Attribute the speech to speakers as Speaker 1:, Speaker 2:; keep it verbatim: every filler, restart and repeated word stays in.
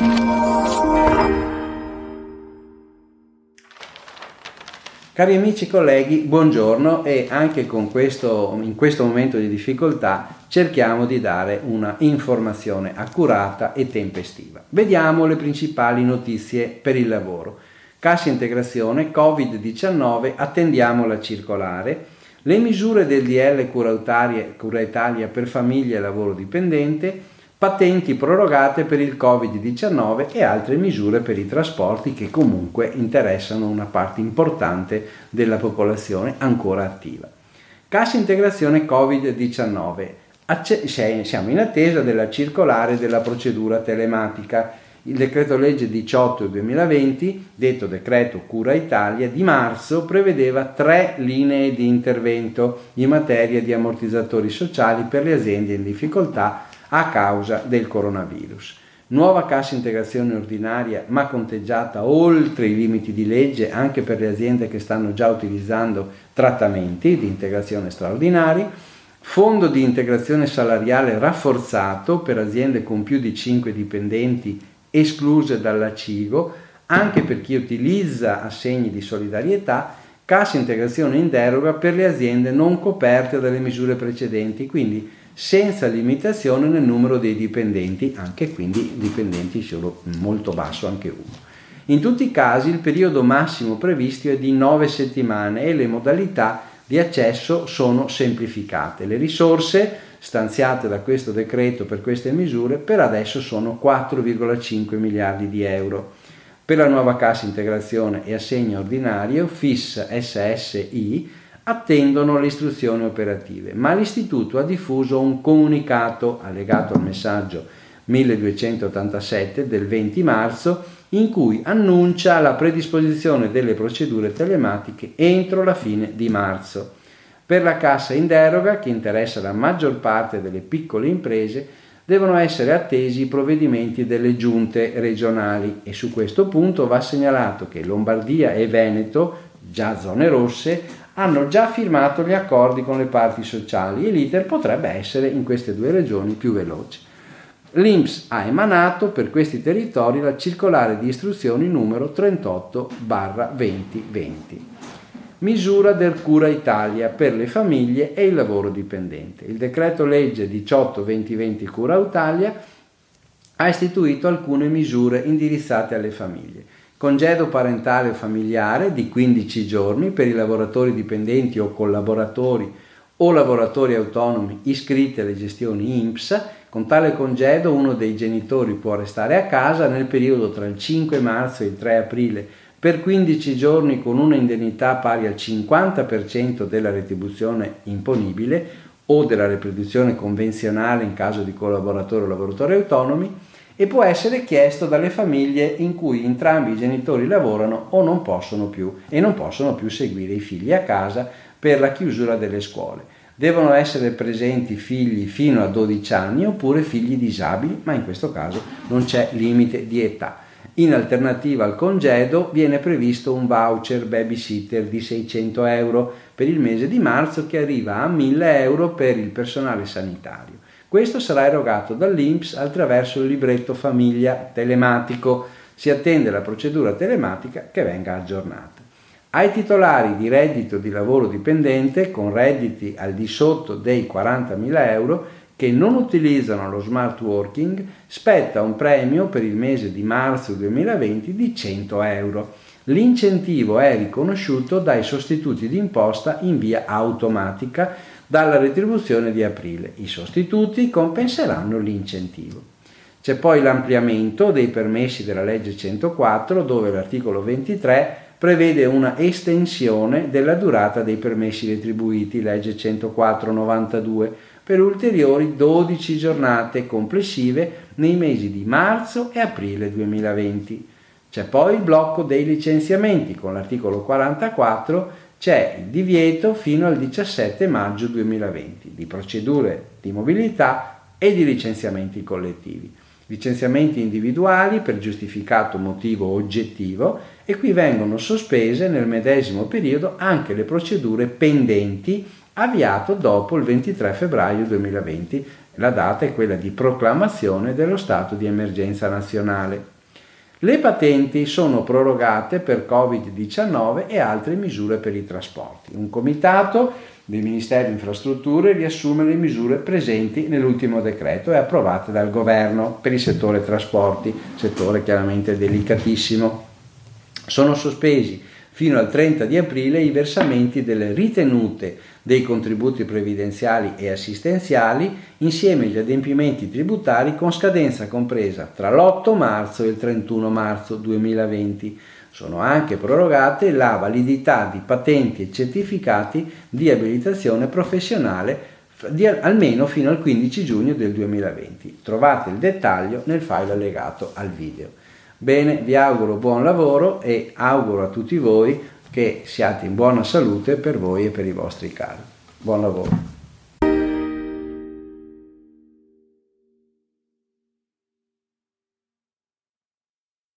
Speaker 1: Cari amici e colleghi, buongiorno, e anche con questo, in questo momento di difficoltà cerchiamo di dare una informazione accurata e tempestiva. Vediamo le principali notizie per il lavoro. Cassa integrazione covid diciannove, attendiamo la circolare. Le misure del D L Cura Italia, Cura Italia per famiglie e lavoro dipendente, patenti prorogate per il covid diciannove e altre misure per i trasporti che comunque interessano una parte importante della popolazione ancora attiva. Cassa integrazione covid diciannove. Acce- siamo in attesa della circolare della procedura telematica. Il decreto legge diciotto duemilaventi, detto decreto Cura Italia, di marzo prevedeva tre linee di intervento in materia di ammortizzatori sociali per le aziende in difficoltà a causa del coronavirus. Nuova cassa integrazione ordinaria, ma conteggiata oltre i limiti di legge anche per le aziende che stanno già utilizzando trattamenti di integrazione straordinari. Fondo di integrazione salariale rafforzato per aziende con più di cinque dipendenti escluse dalla CIGO, anche per chi utilizza assegni di solidarietà. Cassa integrazione in deroga per le aziende non coperte dalle misure precedenti, quindi senza limitazione nel numero dei dipendenti, anche quindi dipendenti solo molto basso, anche uno. In tutti i casi il periodo massimo previsto è di nove settimane e le modalità di accesso sono semplificate. Le risorse stanziate da questo decreto per queste misure per adesso sono quattro virgola cinque miliardi di euro. Per la nuova cassa integrazione e assegno ordinario F I S S S I attendono le istruzioni operative, ma l'Istituto ha diffuso un comunicato allegato al messaggio milleduecentottantasette del venti marzo in cui annuncia la predisposizione delle procedure telematiche entro la fine di marzo. Per la cassa in deroga, che interessa la maggior parte delle piccole imprese, devono essere attesi i provvedimenti delle giunte regionali e su questo punto va segnalato che Lombardia e Veneto, già zone rosse, hanno già firmato gli accordi con le parti sociali e l'iter potrebbe essere in queste due regioni più veloce. L'I N P S ha emanato per questi territori la circolare di istruzioni numero trentotto barra duemilaventi. Misura del Cura Italia per le famiglie e il lavoro dipendente. Il decreto legge diciotto duemilaventi Cura Italia ha istituito alcune misure indirizzate alle famiglie. Congedo parentale o familiare di quindici giorni per i lavoratori dipendenti o collaboratori o lavoratori autonomi iscritti alle gestioni I N P S. Con tale congedo uno dei genitori può restare a casa nel periodo tra il cinque marzo e il tre aprile per quindici giorni con una indennità pari al cinquanta per cento della retribuzione imponibile o della retribuzione convenzionale in caso di collaboratori o lavoratori autonomi, e può essere chiesto dalle famiglie in cui entrambi i genitori lavorano o non possono più e non possono più seguire i figli a casa per la chiusura delle scuole. Devono essere presenti figli fino a dodici anni oppure figli disabili, ma in questo caso non c'è limite di età. In alternativa al congedo viene previsto un voucher babysitter di seicento euro per il mese di marzo che arriva a mille euro per il personale sanitario. Questo sarà erogato dall'I N P S attraverso il libretto famiglia telematico. Si attende la procedura telematica che venga aggiornata. Ai titolari di reddito di lavoro dipendente con redditi al di sotto dei quarantamila euro che non utilizzano lo smart working spetta un premio per il mese di marzo duemilaventi di cento euro. L'incentivo è riconosciuto dai sostituti d'imposta in via automatica dalla retribuzione di aprile. I sostituti compenseranno l'incentivo. C'è poi l'ampliamento dei permessi della legge centoquattro, dove l'articolo ventitré prevede una estensione della durata dei permessi retribuiti, legge centoquattro novantadue, per ulteriori dodici giornate complessive nei mesi di marzo e aprile duemilaventi. C'è poi il blocco dei licenziamenti, con l'articolo quarantaquattro c'è il divieto fino al diciassette maggio duemilaventi di procedure di mobilità e di licenziamenti collettivi. Licenziamenti individuali per giustificato motivo oggettivo, e qui vengono sospese nel medesimo periodo anche le procedure pendenti avviato dopo il ventitré febbraio duemilaventi, La data è quella di proclamazione dello stato di emergenza nazionale. Le patenti sono prorogate per covid diciannove e altre misure per i trasporti. Un comitato del Ministero delle Infrastrutture riassume le misure presenti nell'ultimo decreto e approvate dal governo per il settore trasporti, settore chiaramente delicatissimo. Sono sospesi fino al trenta di aprile i versamenti delle ritenute dei contributi previdenziali e assistenziali insieme agli adempimenti tributari con scadenza compresa tra l'otto marzo e il trentuno marzo duemilaventi. Sono anche prorogate la validità di patenti e certificati di abilitazione professionale di almeno fino al quindici giugno del duemilaventi. Trovate il dettaglio nel file allegato al video. Bene, vi auguro buon lavoro e auguro a tutti voi che siate in buona salute per voi e per i vostri cari. Buon lavoro.